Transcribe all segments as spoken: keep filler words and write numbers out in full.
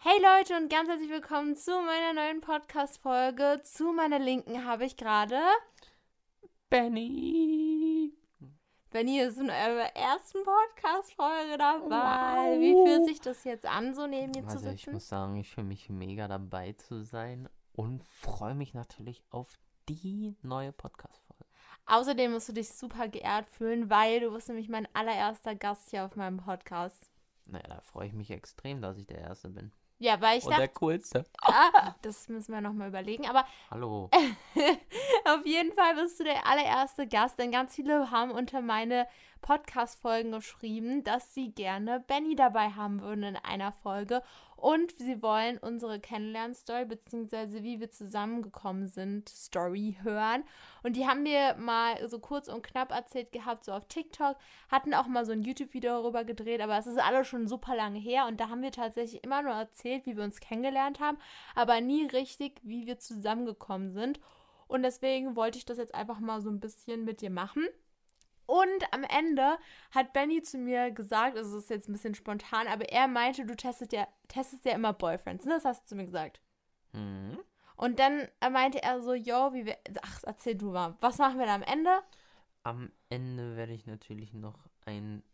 Hey Leute und ganz herzlich willkommen zu meiner neuen Podcast-Folge. Zu meiner Linken habe ich gerade Benny. Benny ist in eurer ersten Podcast-Folge dabei. Wow. Wie fühlt sich das jetzt an, so neben dir zu Also ich sitzen? muss sagen, ich fühle mich mega dabei zu sein und freue mich natürlich auf die neue Podcast-Folge. Außerdem musst du dich super geehrt fühlen, weil du bist nämlich mein allererster Gast hier auf meinem Podcast. Naja, da freue ich mich extrem, dass ich der Erste bin. Ja, weil ich Und dachte, der Coolste. ah, das müssen wir nochmal überlegen, aber Hallo. auf jeden Fall bist du der allererste Gast, denn ganz viele haben unter meine Podcast-Folgen geschrieben, dass sie gerne Benny dabei haben würden in einer Folge und sie wollen unsere Kennenlern-Story beziehungsweise wie wir zusammengekommen sind Story hören und die haben mir mal so kurz und knapp erzählt gehabt, so auf TikTok, hatten auch mal so ein YouTube-Video darüber gedreht, aber es ist alles schon super lange her und da haben wir tatsächlich immer nur erzählt, wie wir uns kennengelernt haben, aber nie richtig, wie wir zusammengekommen sind. Und deswegen wollte ich das jetzt einfach mal so ein bisschen mit dir machen. Und am Ende hat Benny zu mir gesagt, also es ist jetzt ein bisschen spontan, aber er meinte, du testest ja, testest ja immer Boyfriends, ne? Das hast du zu mir gesagt. Mhm. Und dann meinte er so, yo, wie wir, ach, erzähl du mal, was machen wir da am Ende? Am Ende werde ich natürlich noch einen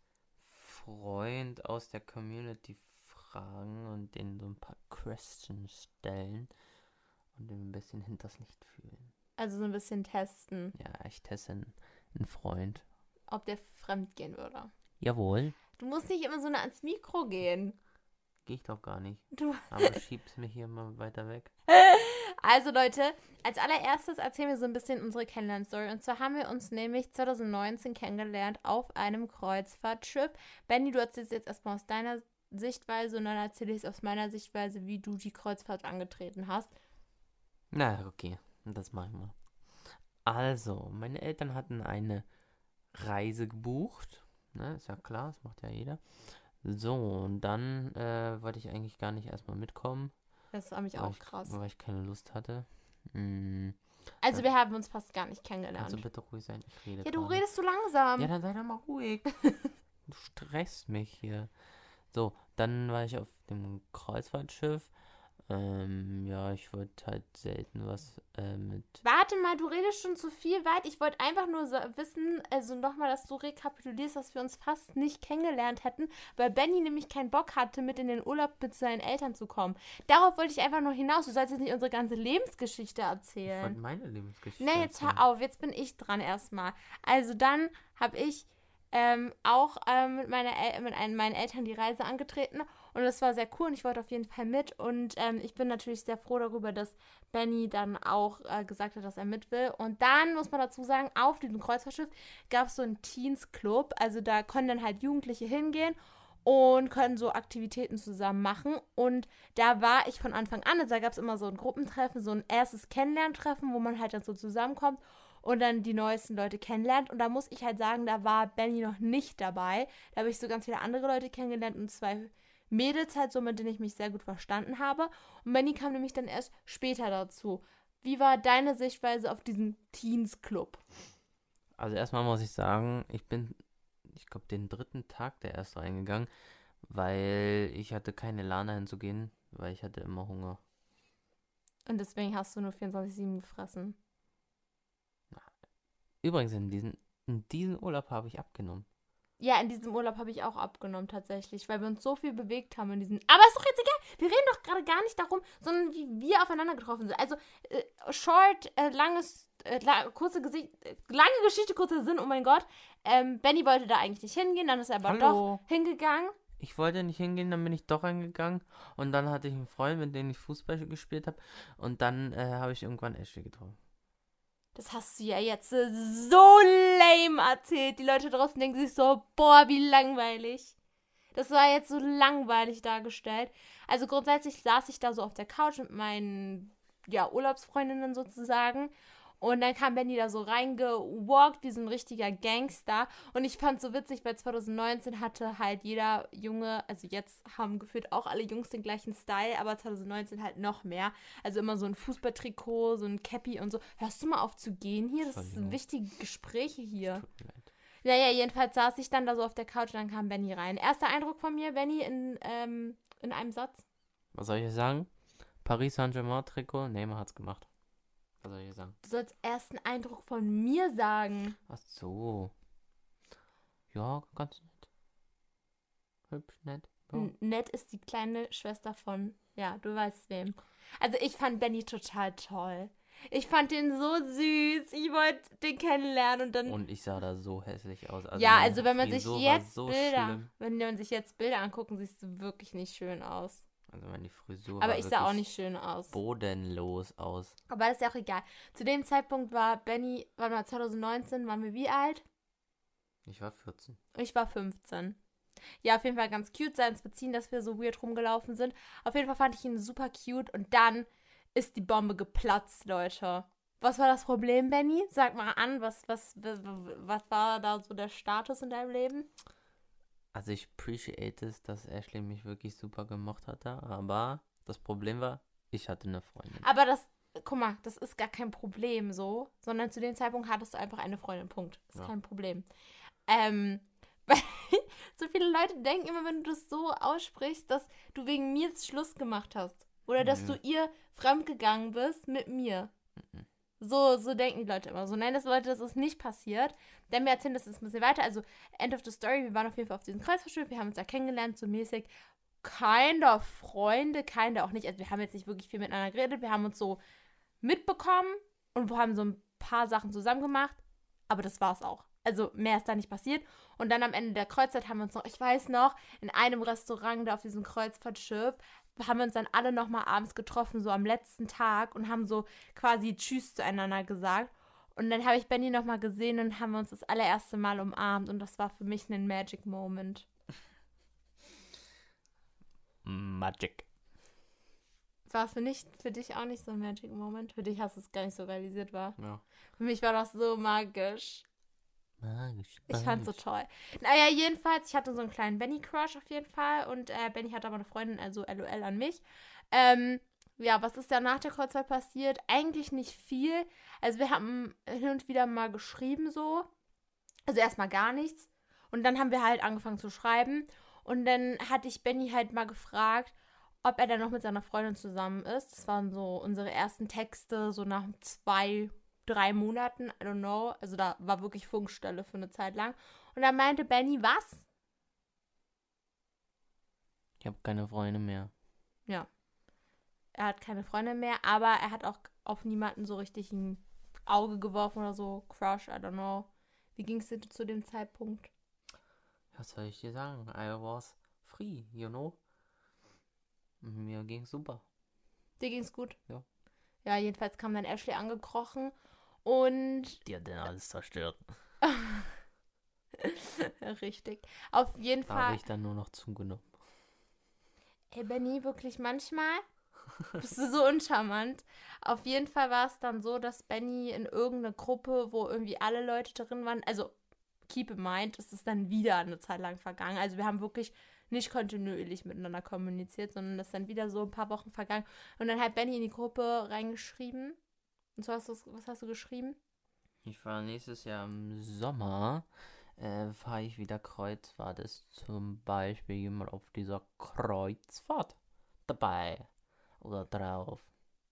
Freund aus der Community fragen und denen so ein paar Questions stellen und ihn ein bisschen hinters Licht führen. Also so ein bisschen testen, Ja, ich teste einen, einen Freund. ob der fremd gehen würde. Jawohl. Du musst nicht immer so nah ans Mikro gehen. Gehe ich doch gar nicht. Du Aber schieb's mir hier mal weiter weg. Also Leute, als allererstes erzählen wir so ein bisschen unsere Kennenlern-Story. Und zwar haben wir uns nämlich zwanzig neunzehn kennengelernt auf einem Kreuzfahrtschiff. Benny, du erzählst jetzt erstmal aus deiner Sichtweise und dann erzähle ich es aus meiner Sichtweise, wie du die Kreuzfahrt angetreten hast. Na, okay. Das mache ich mal. Also, meine Eltern hatten eine Reise gebucht. Ne, ist ja klar, das macht ja jeder. So, und dann äh, wollte ich eigentlich gar nicht erstmal mitkommen. Das war mich weil auch ich, krass. Weil ich keine Lust hatte. Hm, Also wir haben uns fast gar nicht kennengelernt. also bitte ruhig sein, ich rede Ja, du gerade. redest so langsam. Ja, dann sei doch mal ruhig. Du stresst mich hier. So, dann war ich auf dem Kreuzfahrtschiff. Ähm, ja, ich wollte halt selten was äh, mit. Warte mal, du redest schon zu viel weit. Ich wollte einfach nur so wissen, also nochmal, dass du rekapitulierst, dass wir uns fast nicht kennengelernt hätten, weil Benny nämlich keinen Bock hatte, mit in den Urlaub mit seinen Eltern zu kommen. Darauf wollte ich einfach nur hinaus. Du sollst jetzt nicht unsere ganze Lebensgeschichte Ich wollte erzählen. meine Lebensgeschichte. Ne, jetzt erzählen. hör auf. Jetzt bin ich dran erstmal. Also dann habe ich ähm, auch ähm, mit, meiner El- mit ein, meinen Eltern die Reise angetreten und das war sehr cool und ich wollte auf jeden Fall mit und ähm, ich bin natürlich sehr froh darüber, dass Benny dann auch äh, gesagt hat, dass er mit will. Und dann muss man dazu sagen, auf diesem Kreuzfahrtschiff gab es so einen Teens Club, also da können dann halt Jugendliche hingehen und können so Aktivitäten zusammen machen. Und da war ich von Anfang an, also da gab es immer so ein Gruppentreffen, so ein erstes Kennenlerntreffen, wo man halt dann so zusammenkommt und dann die neuesten Leute kennenlernt. Und da muss ich halt sagen, da war Benny noch nicht dabei. Da habe ich so ganz viele andere Leute kennengelernt und zwei Mädels halt so, mit denen ich mich sehr gut verstanden habe. Und Benny kam nämlich dann erst später dazu. Wie war deine Sichtweise auf diesen Teens Club? Also erstmal muss ich sagen, ich bin, ich glaube, den dritten Tag der erst reingegangen, weil ich hatte keine Lana hinzugehen, weil ich hatte immer Hunger. Und deswegen hast du nur vierundzwanzig sieben gefressen. Übrigens, in diesem in diesen Urlaub habe ich abgenommen. Ja, in diesem Urlaub habe ich auch abgenommen tatsächlich, weil wir uns so viel bewegt haben in diesem. Aber ist doch jetzt egal. Wir reden doch gerade gar nicht darum, sondern wie wir aufeinander getroffen sind. Also äh, short, äh, langes, äh, la kurze Gesicht, äh, lange Geschichte, kurzer Sinn. Oh mein Gott. Ähm, Benny wollte da eigentlich nicht hingehen, dann ist er aber Hallo. doch hingegangen. Ich wollte nicht hingehen, dann bin ich doch reingegangen und dann hatte ich einen Freund, mit dem ich Fußball gespielt habe und dann äh, habe ich irgendwann Ashley getroffen. Das hast du ja jetzt äh, so lame erzählt. Die Leute draußen denken sich so, boah, wie langweilig. Das war jetzt so langweilig dargestellt. Also grundsätzlich saß ich da so auf der Couch mit meinen ja, Urlaubsfreundinnen sozusagen. Und dann kam Benny da so reingewalkt, wie so ein richtiger Gangster. Und ich fand es so witzig, weil zwanzig neunzehn hatte halt jeder Junge, also jetzt haben gefühlt auch alle Jungs den gleichen Style, aber zwanzig neunzehn halt noch mehr. Also immer so ein Fußballtrikot, so ein Cappy und so. Hörst du mal auf zu gehen hier? Das sind Entschuldigung. wichtige Gespräche hier. Tut mir leid. Naja, jedenfalls saß ich dann da so auf der Couch und dann kam Benny rein. Erster Eindruck von mir, Benny, in, ähm, in einem Satz? Was soll ich jetzt sagen? Paris Saint-Germain-Trikot, Neymar hat's gemacht. Was soll ich jetzt sagen? Du sollst ersten Eindruck von mir sagen. Ach so. Ja, ganz nett. Hübsch, nett. Ja. N- Nett ist die kleine Schwester von, ja, du weißt wem. Also ich fand Benny total toll. Ich fand den so süß. Ich wollte den kennenlernen und dann... Und ich sah da so hässlich aus. Also ja, meine also wenn man sich Frisur war jetzt so Bilder, schlimm. wenn man sich jetzt Bilder angucken, siehst du wirklich nicht schön aus. Also meine Frisur Aber war ich sah auch wirklich nicht schön aus. bodenlos aus. Aber das ist ja auch egal. Zu dem Zeitpunkt war Benny, warte mal, zwanzig neunzehn, waren wir wie alt? Ich war vierzehn. Ich war fünfzehn. Ja, auf jeden Fall ganz cute sein zu beziehen, dass wir so weird rumgelaufen sind. Auf jeden Fall fand ich ihn super cute und dann ist die Bombe geplatzt, Leute. Was war das Problem, Benny? Sag mal an, was, was, was, was war da so der Status in deinem Leben? Also ich appreciate es, dass Ashley mich wirklich super gemocht hatte, aber das Problem war, ich hatte eine Freundin. Aber das, guck mal, das ist gar kein Problem so, sondern zu dem Zeitpunkt hattest du einfach eine Freundin, Punkt. Das ist Ja. kein Problem. Ähm, weil so viele Leute denken immer, wenn du das so aussprichst, dass du wegen mir jetzt Schluss gemacht hast. Oder dass Mhm. du ihr fremdgegangen bist mit mir. Mhm. So, so denken die Leute immer. So nein, das Leute, das ist nicht passiert. Denn wir erzählen das jetzt ein bisschen weiter. Also, End of the Story, wir waren auf jeden Fall auf diesem Kreuzfahrtschiff, wir haben uns da kennengelernt, so mäßig. Kinder Freunde, kinder auch nicht. Also, wir haben jetzt nicht wirklich viel miteinander geredet. Wir haben uns so mitbekommen und wir haben so ein paar Sachen zusammen gemacht. Aber das war's auch. Also, mehr ist da nicht passiert. Und dann am Ende der Kreuzzeit haben wir uns noch, ich weiß noch, in einem Restaurant da auf diesem Kreuzfahrtschiff, haben wir uns dann alle nochmal abends getroffen, so am letzten Tag und haben so quasi Tschüss zueinander gesagt. Und dann habe ich Benny nochmal gesehen und haben wir uns das allererste Mal umarmt und das war für mich ein Magic Moment. Magic. War für, nicht, für dich auch nicht so ein Magic Moment? Für dich hast du es gar nicht so realisiert, war? Ja. Für mich war das so magisch. Magisch. Ich fand's so toll. Naja, jedenfalls, ich hatte so einen kleinen Benny-Crush auf jeden Fall und äh, Benny hatte aber eine Freundin, also LOL an mich. Ähm, ja, was ist da nach der Kreuzfahrt passiert? Eigentlich nicht viel. Also wir haben hin und wieder mal geschrieben so. Also erstmal gar nichts. Und dann haben wir halt angefangen zu schreiben. Und dann hatte ich Benny halt mal gefragt, ob er dann noch mit seiner Freundin zusammen ist. Das waren so unsere ersten Texte, so nach zwei drei Monaten, I don't know. Also da war wirklich Funkstelle für eine Zeit lang. Und dann meinte Benny, was? Ich habe keine Freunde mehr. Ja. Er hat keine Freundin mehr, aber er hat auch auf niemanden so richtig ein Auge geworfen oder so. Crush, I don't know. Wie ging es dir zu dem Zeitpunkt? Was soll ich dir sagen? I was free, you know? Mir ging's super. Dir ging's gut? Ja. Ja, jedenfalls kam dann Ashley angekrochen und... Die hat denn alles zerstört. Richtig. Auf jeden Da Fall... habe ich dann nur noch zugenommen. Ey, Benny, wirklich manchmal bist du so uncharmant. Auf jeden Fall war es dann so, dass Benny in irgendeine Gruppe, wo irgendwie alle Leute drin waren, also keep in mind, es ist dann wieder eine Zeit lang vergangen. Also wir haben wirklich nicht kontinuierlich miteinander kommuniziert, sondern das ist dann wieder so ein paar Wochen vergangen. Und dann hat Benny in die Gruppe reingeschrieben. Und so hast du, was hast du geschrieben? Ich fahre nächstes Jahr im Sommer, äh, fahre ich wieder Kreuzfahrt. Ist zum Beispiel jemand auf dieser Kreuzfahrt dabei oder drauf?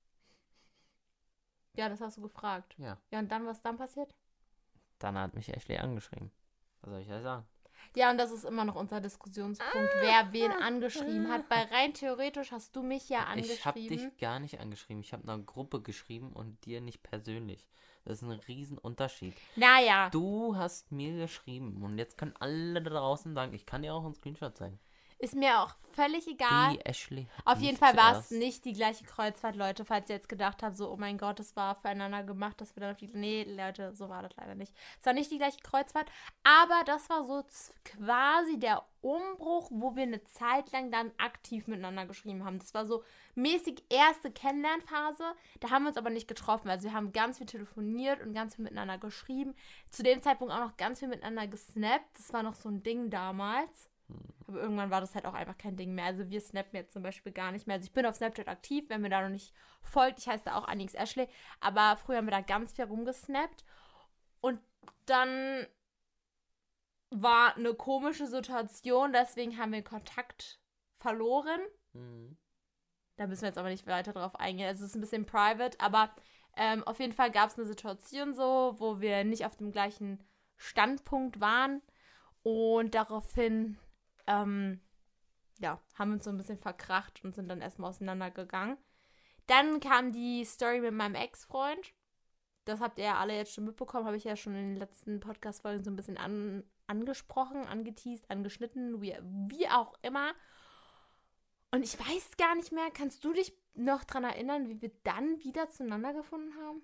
Ja, das hast du gefragt. Ja. Ja, und dann, was dann passiert? Dann hat mich Ashley angeschrieben. Was soll ich da sagen? Ja, und das ist immer noch unser Diskussionspunkt, wer wen angeschrieben hat. Weil rein theoretisch hast du mich ja angeschrieben. Ich habe dich gar nicht angeschrieben. Ich habe einer Gruppe geschrieben und dir nicht persönlich. Das ist ein Riesenunterschied. Naja. Du hast mir geschrieben und jetzt können alle da draußen sagen, ich kann dir auch einen Screenshot zeigen. Ist mir auch völlig egal. Die Ashley hat Auf jeden mich Fall war es zuerst- nicht die gleiche Kreuzfahrt, Leute. Falls ihr jetzt gedacht habt, so, oh mein Gott, das war füreinander gemacht, dass wir dann auf die... Nee, Leute, so war das leider nicht. Es war nicht die gleiche Kreuzfahrt, aber das war so z- quasi der Umbruch, wo wir eine Zeit lang dann aktiv miteinander geschrieben haben. Das war so mäßig erste Kennenlernphase. Da haben wir uns aber nicht getroffen. Also wir haben ganz viel telefoniert und ganz viel miteinander geschrieben. Zu dem Zeitpunkt auch noch ganz viel miteinander gesnappt. Das war noch so ein Ding damals. Aber irgendwann war das halt auch einfach kein Ding mehr. Also wir snappen jetzt zum Beispiel gar nicht mehr. Also ich bin auf Snapchat aktiv, wenn mir da noch nicht folgt. Ich heiße da auch Anix Ashley. Aber früher haben wir da ganz viel rumgesnappt. Und dann war eine komische Situation. Deswegen haben wir Kontakt verloren. Mhm. Da müssen wir jetzt aber nicht weiter drauf eingehen. Also es ist ein bisschen private, aber ähm, auf jeden Fall gab es eine Situation so, wo wir nicht auf dem gleichen Standpunkt waren. Und daraufhin, ähm, ja, haben wir uns so ein bisschen verkracht und sind dann erstmal auseinandergegangen. Dann kam die Story mit meinem Ex-Freund. Das habt ihr ja alle jetzt schon mitbekommen, habe ich ja schon in den letzten Podcast-Folgen so ein bisschen an, angesprochen, angeteased, angeschnitten, wie, wie auch immer. Und ich weiß gar nicht mehr, kannst du dich noch dran erinnern, wie wir dann wieder zueinander gefunden haben?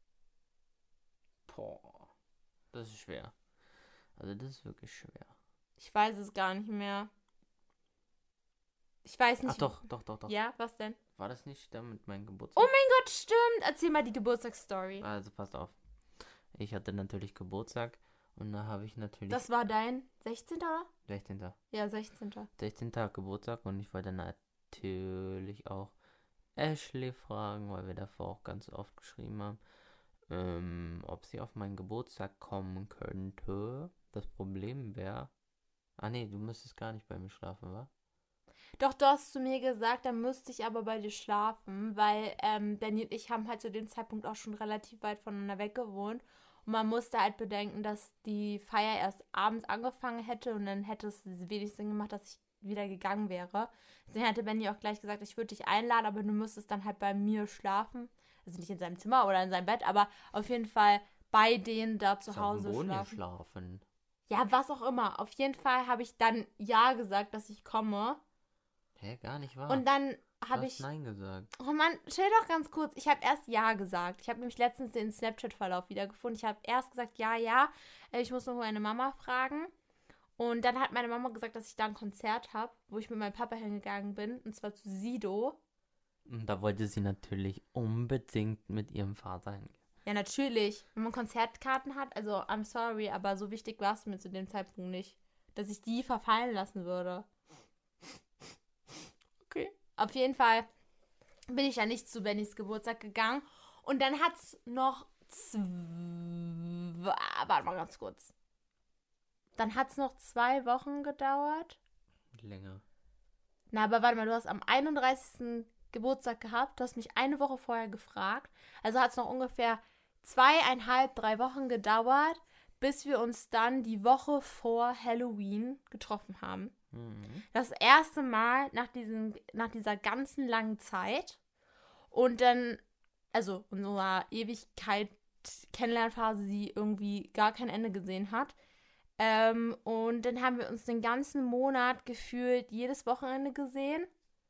Boah, das ist schwer. Also das ist wirklich schwer. Ich weiß es gar nicht mehr. Ich weiß nicht. Ach doch, doch, doch, doch. Ja, was denn? War das nicht damit mein Geburtstag? Oh mein Gott, stimmt. Erzähl mal die Geburtstagsstory. Also passt auf. Ich hatte natürlich Geburtstag und da habe ich natürlich... Das war dein sechzehnter oder? sechzehnter Ja, sechzehnter sechzehnter Geburtstag und ich wollte natürlich auch Ashley fragen, weil wir davor auch ganz oft geschrieben haben, ähm, ob sie auf meinen Geburtstag kommen könnte. Das Problem wäre... Ah nee, du müsstest gar nicht bei mir schlafen, wa? Doch, du hast zu mir gesagt, dann müsste ich aber bei dir schlafen, weil ähm, Danny und ich haben halt zu dem Zeitpunkt auch schon relativ weit voneinander weg gewohnt. Und man musste halt bedenken, dass die Feier erst abends angefangen hätte und dann hätte es wenig Sinn gemacht, dass ich wieder gegangen wäre. Deswegen hatte Benny auch gleich gesagt, ich würde dich einladen, aber du müsstest dann halt bei mir schlafen. Also nicht in seinem Zimmer oder in seinem Bett, aber auf jeden Fall bei denen da zu Hause schlafen. schlafen. Ja, was auch immer. Auf jeden Fall habe ich dann ja gesagt, dass ich komme. Hä, gar nicht wahr. Und dann Du habe hast ich... Nein gesagt. Oh Mann, chill doch ganz kurz. Ich habe erst ja gesagt. Ich habe nämlich letztens den Snapchat-Verlauf wiedergefunden. Ich habe erst gesagt, ja, ja, äh, ich muss noch meine Mama fragen. Und dann hat meine Mama gesagt, dass ich da ein Konzert habe, wo ich mit meinem Papa hingegangen bin. Und zwar zu Sido. Und da wollte sie natürlich unbedingt mit ihrem Vater hingehen. Ja, natürlich. Wenn man Konzertkarten hat, also I'm sorry, aber so wichtig war es mir zu dem Zeitpunkt nicht, dass ich die verfallen lassen würde. Okay. Auf jeden Fall bin ich ja nicht zu Bennys Geburtstag gegangen. Und dann hat es noch zwei... Warte mal ganz kurz. Dann hat es noch zwei Wochen gedauert. Länger. Na, aber warte mal, du hast am einunddreißigsten Geburtstag gehabt. Du hast mich eine Woche vorher gefragt. Also hat es noch ungefähr zweieinhalb, drei Wochen gedauert, bis wir uns dann die Woche vor Halloween getroffen haben. Mhm. Das erste Mal nach, diesen, nach dieser ganzen langen Zeit. Und dann, also unserer Ewigkeit Kennenlernphase, die irgendwie gar kein Ende gesehen hat. Ähm, und dann haben wir uns den ganzen Monat gefühlt jedes Wochenende gesehen.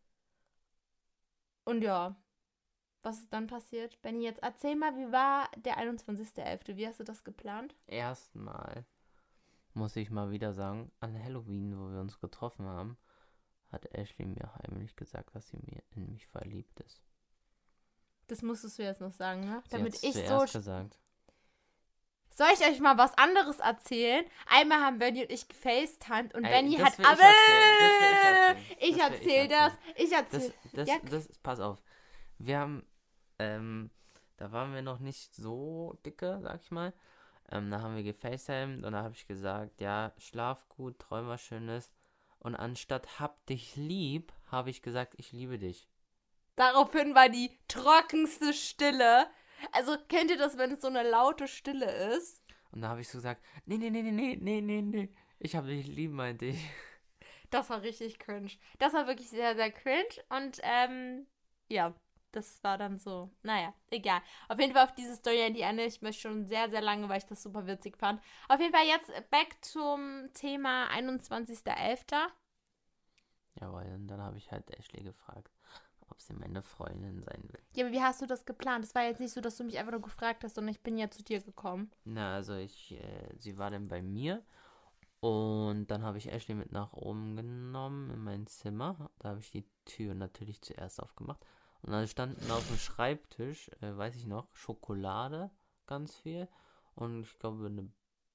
Und ja, was ist dann passiert? Benni, jetzt erzähl mal, wie war der einundzwanzigster elfte? Wie hast du das geplant? Erstmal muss ich mal wieder sagen, an Halloween, wo wir uns getroffen haben, hat Ashley mir heimlich gesagt, dass sie mir in mich verliebt ist. Das musstest du jetzt noch sagen, ne? Sie Damit hat's ich so... zuerst gesagt. Soll ich euch mal was anderes erzählen? Einmal haben Benni und ich gefacetimed und Ey, Benni das hat... will ich aber erzählen, das will ich erzählen. ich Das will ich erzähl das. erzählen. Ich erzähl... Das, das, Ja. das, pass auf. Wir haben, ähm, da waren wir noch nicht so dicke, sag ich mal. Ähm, da haben wir gefacetimed und da habe ich gesagt, ja, schlaf gut, träum was Schönes. Und anstatt hab dich lieb, habe ich gesagt, ich liebe dich. Daraufhin war die trockenste Stille. Also kennt ihr das, wenn es so eine laute Stille ist? Und da habe ich so gesagt, nee, nee, nee, nee, nee, nee, nee, nee. Ich habe dich lieb, meinte ich. Das war richtig cringe. Das war wirklich sehr, sehr cringe. Und ähm, ja, das war dann so. Naja, egal. Auf jeden Fall auf diese Story an die Ende. Ich möchte schon sehr, sehr lange, weil ich das super witzig fand. Auf jeden Fall jetzt back zum Thema einundzwanzigster elfter Jawohl, und dann habe ich halt Ashley gefragt, ob sie meine Freundin sein will. Ja, aber wie hast du das geplant? Das war jetzt nicht so, dass du mich einfach nur gefragt hast, sondern ich bin ja zu dir gekommen. Na, also ich, äh, sie war dann bei mir und dann habe ich Ashley mit nach oben genommen in mein Zimmer. Da habe ich die Tür natürlich zuerst aufgemacht. Und dann standen auf dem Schreibtisch, äh, weiß ich noch, Schokolade, ganz viel. Und ich glaube eine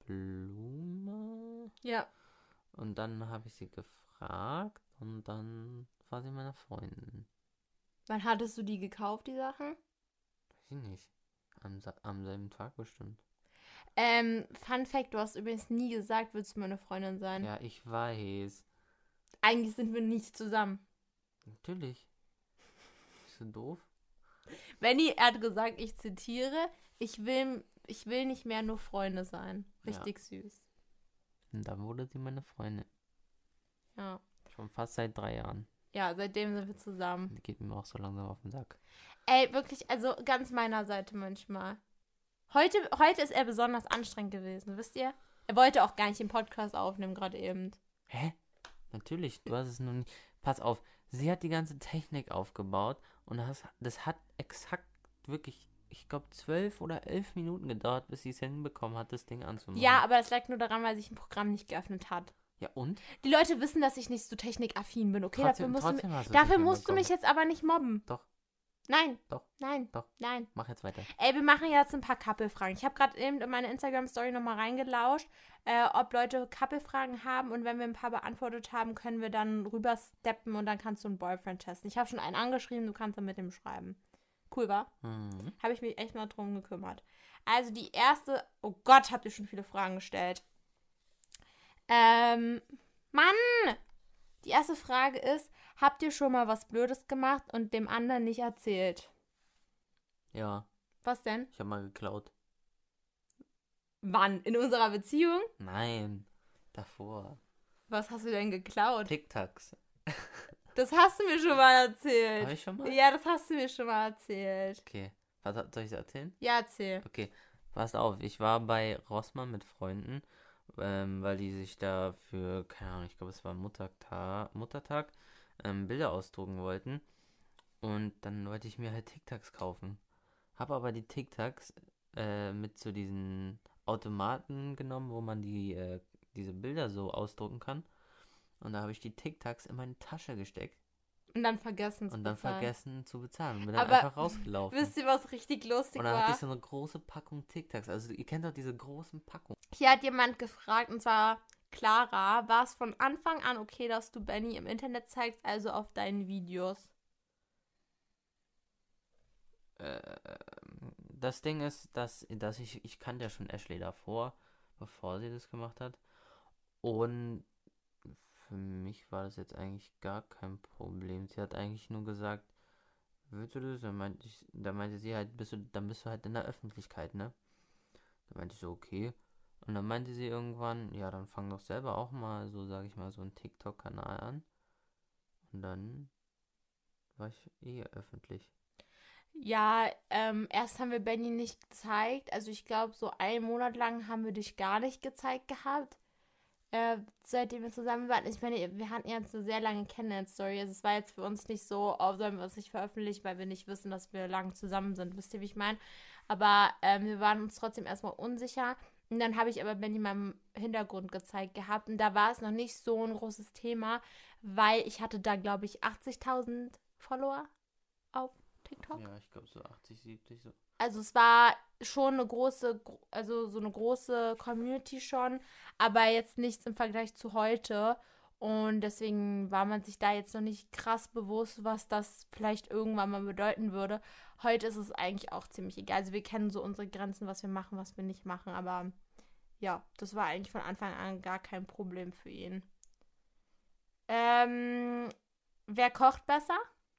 Blume. Ja. Und dann habe ich sie gefragt und dann war sie meine Freundin. Wann hattest du die gekauft, die Sachen? Weiß ich nicht. Am, Sa- am selben Tag bestimmt. Ähm, Fun Fact, du hast übrigens nie gesagt, willst du meine Freundin sein? Ja, ich weiß. Eigentlich sind wir nicht zusammen. Natürlich. du doof? Benny hat gesagt, ich zitiere, ich will, ich will nicht mehr nur Freunde sein. Richtig ja. süß. Und dann wurde sie meine Freundin. Ja. Schon fast seit drei Jahren. Ja, seitdem sind wir zusammen. Die geht mir auch so langsam auf den Sack. Ey, wirklich, also ganz meiner Seite manchmal. Heute, heute ist er besonders anstrengend gewesen, wisst ihr? Er wollte auch gar nicht den Podcast aufnehmen, gerade eben. Hä? Natürlich, du hast es nur nicht... Pass auf, sie hat die ganze Technik aufgebaut und das, das hat exakt wirklich, ich glaube, zwölf oder elf Minuten gedauert, bis sie es hinbekommen hat, das Ding anzumachen. Ja, aber das lag nur daran, weil sich ein Programm nicht geöffnet hat. Ja, und? Die Leute wissen, dass ich nicht so technikaffin bin, okay? Trotzdem, dafür musst, du, hast dafür musst du mich jetzt aber nicht mobben. Doch. Nein. Doch. Nein. Doch. Nein. Mach jetzt weiter. Ey, wir machen jetzt ein paar Couple-Fragen. Ich habe gerade eben in meine Instagram-Story nochmal reingelauscht, äh, ob Leute Couple-Fragen haben. Und wenn wir ein paar beantwortet haben, können wir dann rübersteppen und dann kannst du einen Boyfriend testen. Ich habe schon einen angeschrieben, du kannst dann mit dem schreiben. Cool, wa? Mhm. Habe ich mich echt mal drum gekümmert. Also die erste... Oh Gott, habt ihr schon viele Fragen gestellt. Ähm... Mann! Die erste Frage ist, habt ihr schon mal was Blödes gemacht und dem anderen nicht erzählt? Ja. Was denn? Ich habe mal geklaut. Wann? In unserer Beziehung? Nein, davor. Was hast du denn geklaut? Tic-Tacs. Das hast du mir schon mal erzählt. Hab ich schon mal? Ja, das hast du mir schon mal erzählt. Okay. Was, soll ich es erzählen? Ja, erzähl. Okay. Pass auf, ich war bei Rossmann mit Freunden, ähm, weil die sich da für, keine Ahnung, ich glaube es war Muttertag, Muttertag, ähm, Bilder ausdrucken wollten. Und dann wollte ich mir halt Tic-Tacs kaufen. Habe aber die Tic-Tacs äh, mit zu diesen Automaten genommen, wo man die äh, diese Bilder so ausdrucken kann. Und da habe ich die Tic-Tacs in meine Tasche gesteckt. Und dann vergessen zu Und dann bezahlen. vergessen zu bezahlen. Und bin dann Aber einfach rausgelaufen. Wisst ihr, was richtig lustig Und dann war? hatte ich so eine große Packung Tic-Tacs. Also ihr kennt doch diese großen Packungen. Hier hat jemand gefragt, und zwar Clara, war es von Anfang an okay, dass du Benny im Internet zeigst, also auf deinen Videos? Äh, das Ding ist, dass, dass ich, ich kannte ja schon Ashley davor, bevor sie das gemacht hat. Und für mich war das jetzt eigentlich gar kein Problem. Sie hat eigentlich nur gesagt, willst du das? Dann meinte, ich, dann meinte sie halt, bist du, dann bist du halt in der Öffentlichkeit, ne? Dann meinte ich so, okay. Und dann meinte sie irgendwann, ja, dann fang doch selber auch mal, so sage ich mal, so einen TikTok-Kanal an. Und dann war ich eh öffentlich. Ja, ähm, erst haben wir Benny nicht gezeigt. Also ich glaube, so einen Monat lang haben wir dich gar nicht gezeigt gehabt. Äh, seitdem wir zusammen waren. Ich meine, wir hatten jetzt eine sehr lange Kennenlern-Story. Also es war jetzt für uns nicht so, oh, sollen wir es nicht veröffentlichen, weil wir nicht wissen, dass wir lang zusammen sind. Wisst ihr, wie ich meine? Aber ähm, wir waren uns trotzdem erstmal unsicher. Und dann habe ich aber Benny meinem Hintergrund gezeigt gehabt. Und da war es noch nicht so ein großes Thema, weil ich hatte da, glaube ich, achtzigtausend Follower auf TikTok. Ja, ich glaube so achtzig, siebzig so. Also es war schon eine große, also so eine große Community schon, aber jetzt nichts im Vergleich zu heute. Und deswegen war man sich da jetzt noch nicht krass bewusst, was das vielleicht irgendwann mal bedeuten würde. Heute ist es eigentlich auch ziemlich egal. Also wir kennen so unsere Grenzen, was wir machen, was wir nicht machen. Aber ja, das war eigentlich von Anfang an gar kein Problem für ihn. Ähm, wer kocht besser?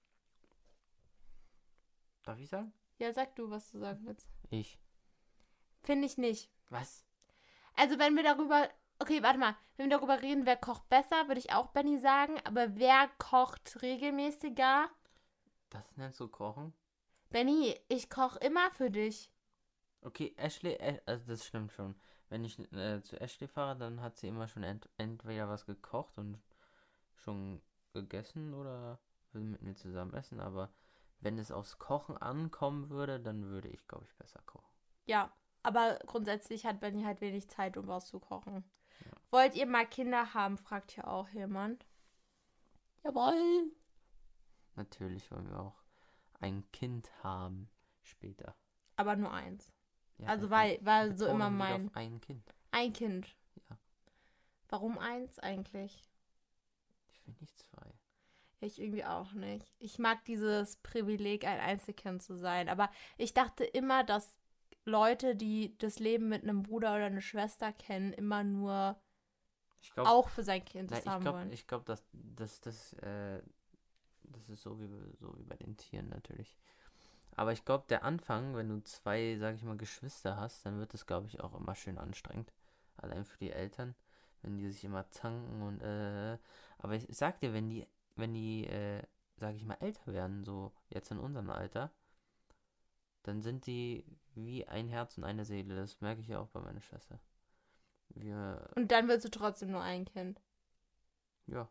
Darf ich sagen? Ja, sag du, was du sagen willst. Ich. Finde ich nicht. Was? Also wenn wir darüber... Okay, warte mal. Wenn wir darüber reden, wer kocht besser, würde ich auch Benny sagen. Aber wer kocht regelmäßiger? Das nennst du Kochen? Benny, ich koche immer für dich. Okay, Ashley, äh, also das stimmt schon. Wenn ich äh, zu Ashley fahre, dann hat sie immer schon ent entweder was gekocht und schon gegessen oder will mit mir zusammen essen. Aber wenn es aufs Kochen ankommen würde, dann würde ich, glaube ich, besser kochen. Ja, aber grundsätzlich hat Benny halt wenig Zeit, um was zu kochen. Ja. Wollt ihr mal Kinder haben, fragt hier auch jemand. Jawohl. Natürlich wollen wir auch ein Kind haben später. Aber nur eins. Ja, also weil, weil so immer Betonung liegt mein... auf ein Kind. Ein Kind. Ja. Warum eins eigentlich? Ich will nicht zwei. Ich irgendwie auch nicht. Ich mag dieses Privileg, ein Einzelkind zu sein. Aber ich dachte immer, dass Leute, die das Leben mit einem Bruder oder einer Schwester kennen, immer nur ich glaub, auch für sein Kind na, das haben glaub, wollen. Ich glaube, dass, dass, dass, äh, Das ist so wie, so wie bei den Tieren natürlich. Aber ich glaube, der Anfang, wenn du zwei, sag ich mal, Geschwister hast, dann wird es, glaube ich, auch immer schön anstrengend. Allein für die Eltern, wenn die sich immer zanken und äh. Aber ich sag dir, wenn die, wenn die, äh, sag ich mal, älter werden, so jetzt in unserem Alter, dann sind die wie ein Herz und eine Seele. Das merke ich ja auch bei meiner Schwester. Wir, Und dann willst du trotzdem nur ein Kind. ja,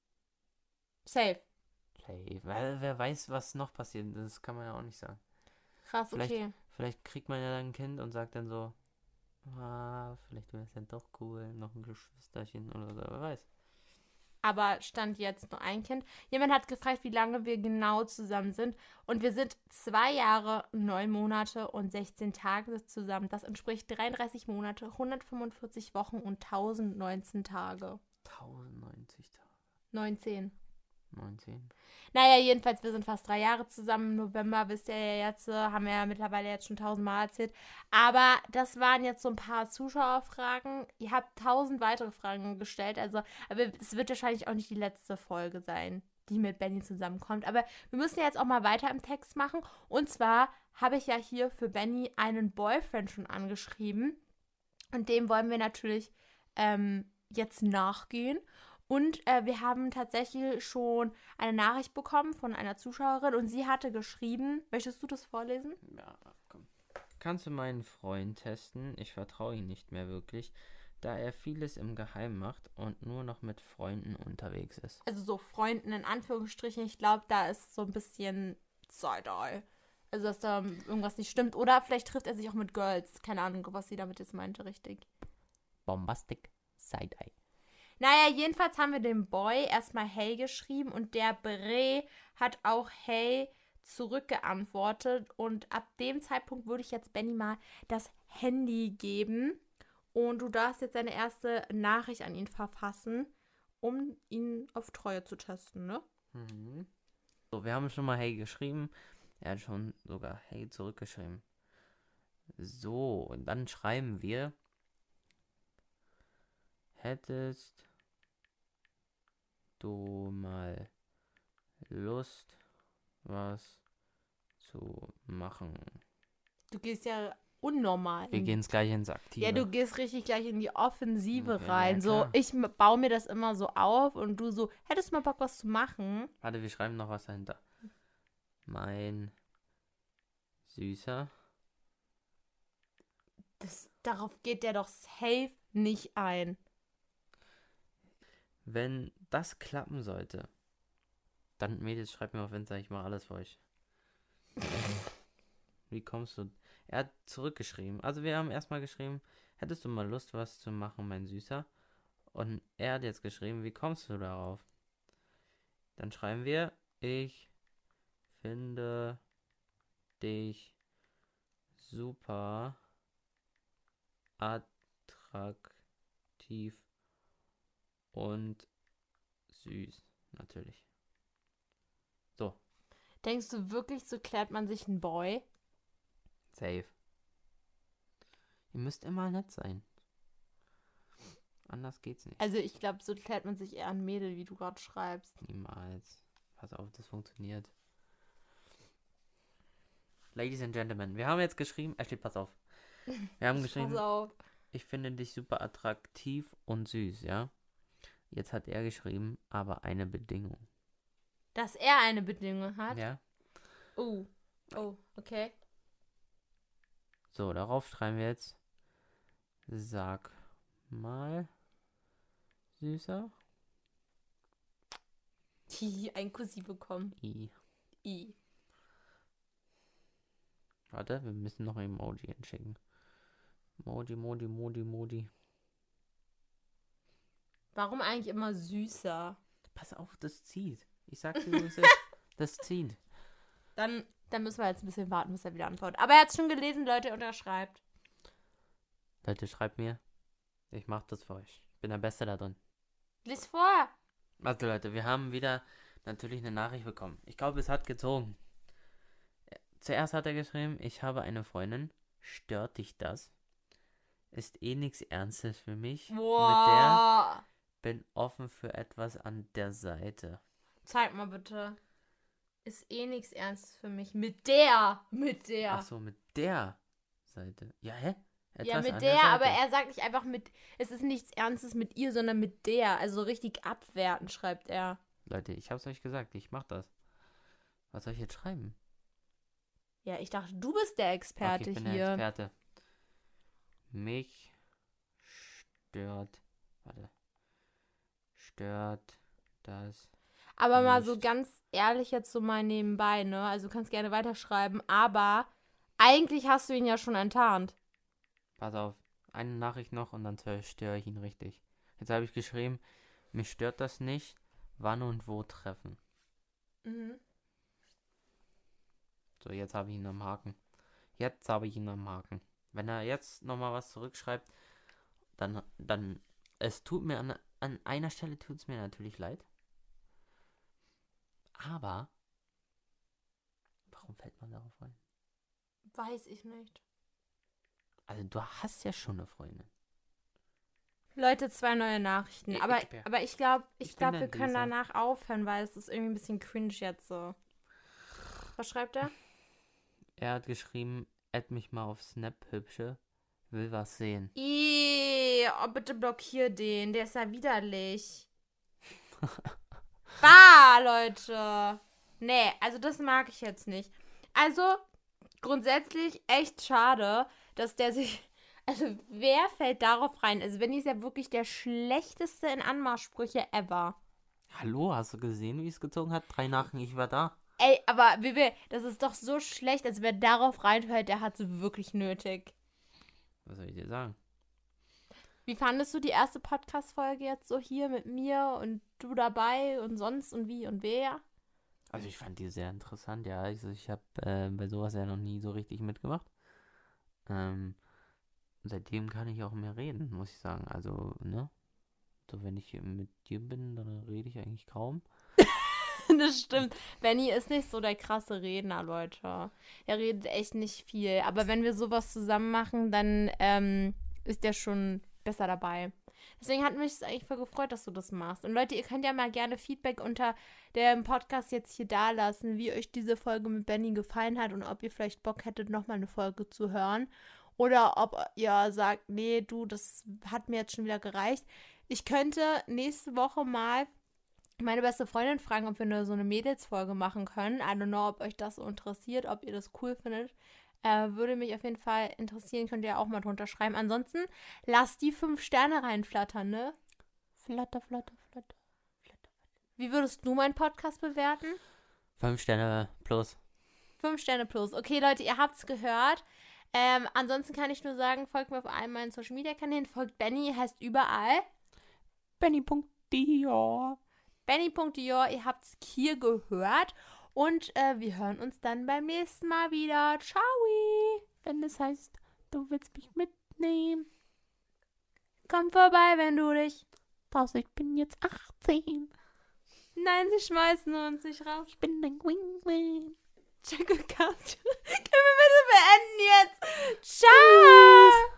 Safe. safe. Weil wer weiß, was noch passiert. Das kann man ja auch nicht sagen. Krass, Vielleicht, okay. vielleicht kriegt man ja dann ein Kind und sagt dann so, ah, vielleicht wäre es ja doch cool, noch ein Geschwisterchen oder so, wer weiß. Aber stand jetzt nur ein Kind. Jemand hat gefragt, wie lange wir genau zusammen sind. Und wir sind zwei Jahre, neun Monate und sechzehn Tage zusammen. Das entspricht dreiunddreißig Monate, hundertfünfundvierzig Wochen und tausendneunzehn Tage. tausendneunzig Tage. neunzehn. neunzehn. Naja, jedenfalls, wir sind fast drei Jahre zusammen. Im November, wisst ihr ja jetzt, äh, haben wir ja mittlerweile jetzt schon tausendmal erzählt. Aber das waren jetzt so ein paar Zuschauerfragen. Ihr habt tausend weitere Fragen gestellt. Also, aber es wird wahrscheinlich auch nicht die letzte Folge sein, die mit Benny zusammenkommt. Aber wir müssen jetzt auch mal weiter im Text machen. Und zwar habe ich ja hier für Benny einen Boyfriend schon angeschrieben. Und dem wollen wir natürlich ähm, jetzt nachgehen. Und äh, wir haben tatsächlich schon eine Nachricht bekommen von einer Zuschauerin und sie hatte geschrieben, möchtest du das vorlesen? Ja, komm. Kannst du meinen Freund testen? Ich vertraue ihm nicht mehr wirklich, da er vieles im Geheimen macht und nur noch mit Freunden unterwegs ist. Also so Freunden in Anführungsstrichen, ich glaube, da ist so ein bisschen Side-Eye. Also dass da irgendwas nicht stimmt. Oder vielleicht trifft er sich auch mit Girls. Keine Ahnung, was sie damit jetzt meinte, richtig. Bombastic Side-Eye. Naja, jedenfalls haben wir dem Boy erstmal Hey geschrieben und der Bre hat auch Hey zurückgeantwortet. Und ab dem Zeitpunkt würde ich jetzt Benny mal das Handy geben. Und du darfst jetzt deine erste Nachricht an ihn verfassen, um ihn auf Treue zu testen, ne? Mhm. So, wir haben schon mal Hey geschrieben. Er hat schon sogar Hey zurückgeschrieben. So, und dann schreiben wir: Hättest du mal Lust, was zu machen? Du gehst ja unnormal. Wir in- gehen gleich ins Aktive. Ja, du gehst richtig gleich in die Offensive Okay, rein. ja, So, klar. ich m- baue mir das immer so auf und du so, hättest du mal Bock, was zu machen? Warte, wir schreiben noch was dahinter. Mein Süßer. Das, darauf geht der doch safe nicht ein. Wenn das klappen sollte, dann, Mädels, schreibt mir auf Insta, ich mache alles für euch. Wie kommst du? Er hat zurückgeschrieben. Also wir haben erstmal geschrieben, hättest du mal Lust, was zu machen, mein Süßer? Und er hat jetzt geschrieben, wie kommst du darauf? Dann schreiben wir, ich finde dich super attraktiv und süß, natürlich. So, Denkst du wirklich, so klärt man sich einen Boy? safe. Ihr müsst immer nett sein. Anders geht's nicht. Also ich glaube, so klärt man sich eher ein Mädel, wie du gerade schreibst. Niemals. Pass auf, das funktioniert. Ladies and Gentlemen, wir haben jetzt geschrieben, Ashley, pass auf. Wir haben geschrieben, Pass auf. ich finde dich super attraktiv und süß, ja? Jetzt hat er geschrieben, aber eine Bedingung. Dass er eine Bedingung hat? Ja? Oh. Oh, okay. So, darauf schreiben wir jetzt, sag mal, Süßer. Hi, ein Kussi bekommen. I. I. Warte, wir müssen noch ein Emoji hinschicken. Emoji, Modi, Modi, Modi. Warum eigentlich immer süßer? Pass auf, das zieht. Ich sag dir, wie es ist. Das zieht. Dann, dann müssen wir jetzt ein bisschen warten, bis er wieder antwortet. Aber er hat es schon gelesen, Leute, und er schreibt. Leute, schreibt mir. Ich mach das für euch. Ich bin der Beste da drin. Lies vor. Also Leute, wir haben wieder natürlich eine Nachricht bekommen. Ich glaube, es hat gezogen. Zuerst hat er geschrieben, ich habe eine Freundin. Stört dich das? Ist eh nichts Ernstes für mich. Boah. Mit der bin offen für etwas an der Seite. Zeig mal bitte. ist eh nichts Ernstes für mich. Mit der. Mit der. Ach so, mit der Seite. Ja, hä? Etwas ja, mit an der, Seite. aber er sagt nicht einfach mit, es ist nichts Ernstes mit ihr, sondern mit der. Also richtig abwertend schreibt er. Leute, ich hab's euch gesagt, ich mach das. Was soll ich jetzt schreiben? Ja, ich dachte, du bist der Experte okay, ich bin hier. der Experte. Mich stört, warte, stört das. Aber mal so nicht. ganz ehrlich jetzt so mal nebenbei, ne? Also du kannst gerne weiterschreiben, aber eigentlich hast du ihn ja schon enttarnt. Pass auf, eine Nachricht noch und dann zerstöre ich ihn richtig. Jetzt habe ich geschrieben, mich stört das nicht, wann und wo treffen. Mhm. So, jetzt habe ich ihn am Haken. Jetzt habe ich ihn am Haken. Wenn er jetzt nochmal was zurückschreibt, dann, dann, es tut mir an, an einer Stelle tut es mir natürlich leid. Aber, warum fällt man darauf ein? Weiß ich nicht. Also, du hast ja schon eine Freundin. Leute, zwei neue Nachrichten. Ich- Aber, ich- aber ich glaube, ich ich bin glaub, der wir können Leser. danach aufhören, weil es ist irgendwie ein bisschen cringe jetzt so. Was schreibt er? Er hat geschrieben, add mich mal auf Snap, Hübsche, will was sehen. Ih, oh, bitte blockier den. Der ist ja widerlich. Bah, Leute. Nee, also das mag ich jetzt nicht. Also, grundsätzlich echt schade, dass der sich... Also, wer fällt darauf rein? Also, Benny ist ja wirklich der schlechteste in Anmachsprüche ever. Hallo, hast du gesehen, wie es gezogen hat? Drei Nachrichten, ich war da. Ey, aber Vivi, das ist doch so schlecht. Also, wer darauf reinfällt, der hat es wirklich nötig. Was soll ich dir sagen? Wie fandest du die erste Podcast-Folge jetzt so hier mit mir und du dabei und sonst und wie und wer? Also ich fand die sehr interessant, ja. Also ich habe äh, bei sowas ja noch nie so richtig mitgemacht. Ähm, seitdem kann ich auch mehr reden, muss ich sagen. Also, ne? So, wenn ich mit dir bin, dann rede ich eigentlich kaum. Das stimmt. Benny ist nicht so der krasse Redner, Leute. Er redet echt nicht viel. Aber wenn wir sowas zusammen machen, dann ähm, ist der schon besser dabei. Deswegen hat mich es eigentlich voll gefreut, dass du das machst. Und Leute, ihr könnt ja mal gerne Feedback unter dem Podcast jetzt hier da lassen, wie euch diese Folge mit Benny gefallen hat und ob ihr vielleicht Bock hättet, nochmal eine Folge zu hören. Oder ob ihr sagt, nee, du, das hat mir jetzt schon wieder gereicht. Ich könnte nächste Woche mal meine beste Freundin fragen, ob wir eine, so eine Mädelsfolge machen können. I don't know, ob euch das so interessiert, ob ihr das cool findet. Äh, würde mich auf jeden Fall interessieren. Könnt ihr auch mal drunter schreiben. Ansonsten lasst die fünf Sterne reinflattern, ne? Flatter, flatter, flatter, flatter. Wie würdest du meinen Podcast bewerten? Fünf Sterne plus. Fünf Sterne plus. Okay, Leute, ihr habt's gehört. Ähm, ansonsten kann ich nur sagen, folgt mir auf allen meinen Social Media Kanälen. Folgt Benny, heißt überall Benny Punkt Dior. Benny Punkt Dior, ihr habt's hier gehört. Und äh, wir hören uns dann beim nächsten Mal wieder. Ciao! Wenn es heißt, du willst mich mitnehmen. Komm vorbei, wenn du dich... Draußen, ich bin jetzt achtzehn. Nein, sie schmeißen uns nicht raus. Ich bin ein Wingman. Check Können wir bitte beenden jetzt? Ciao!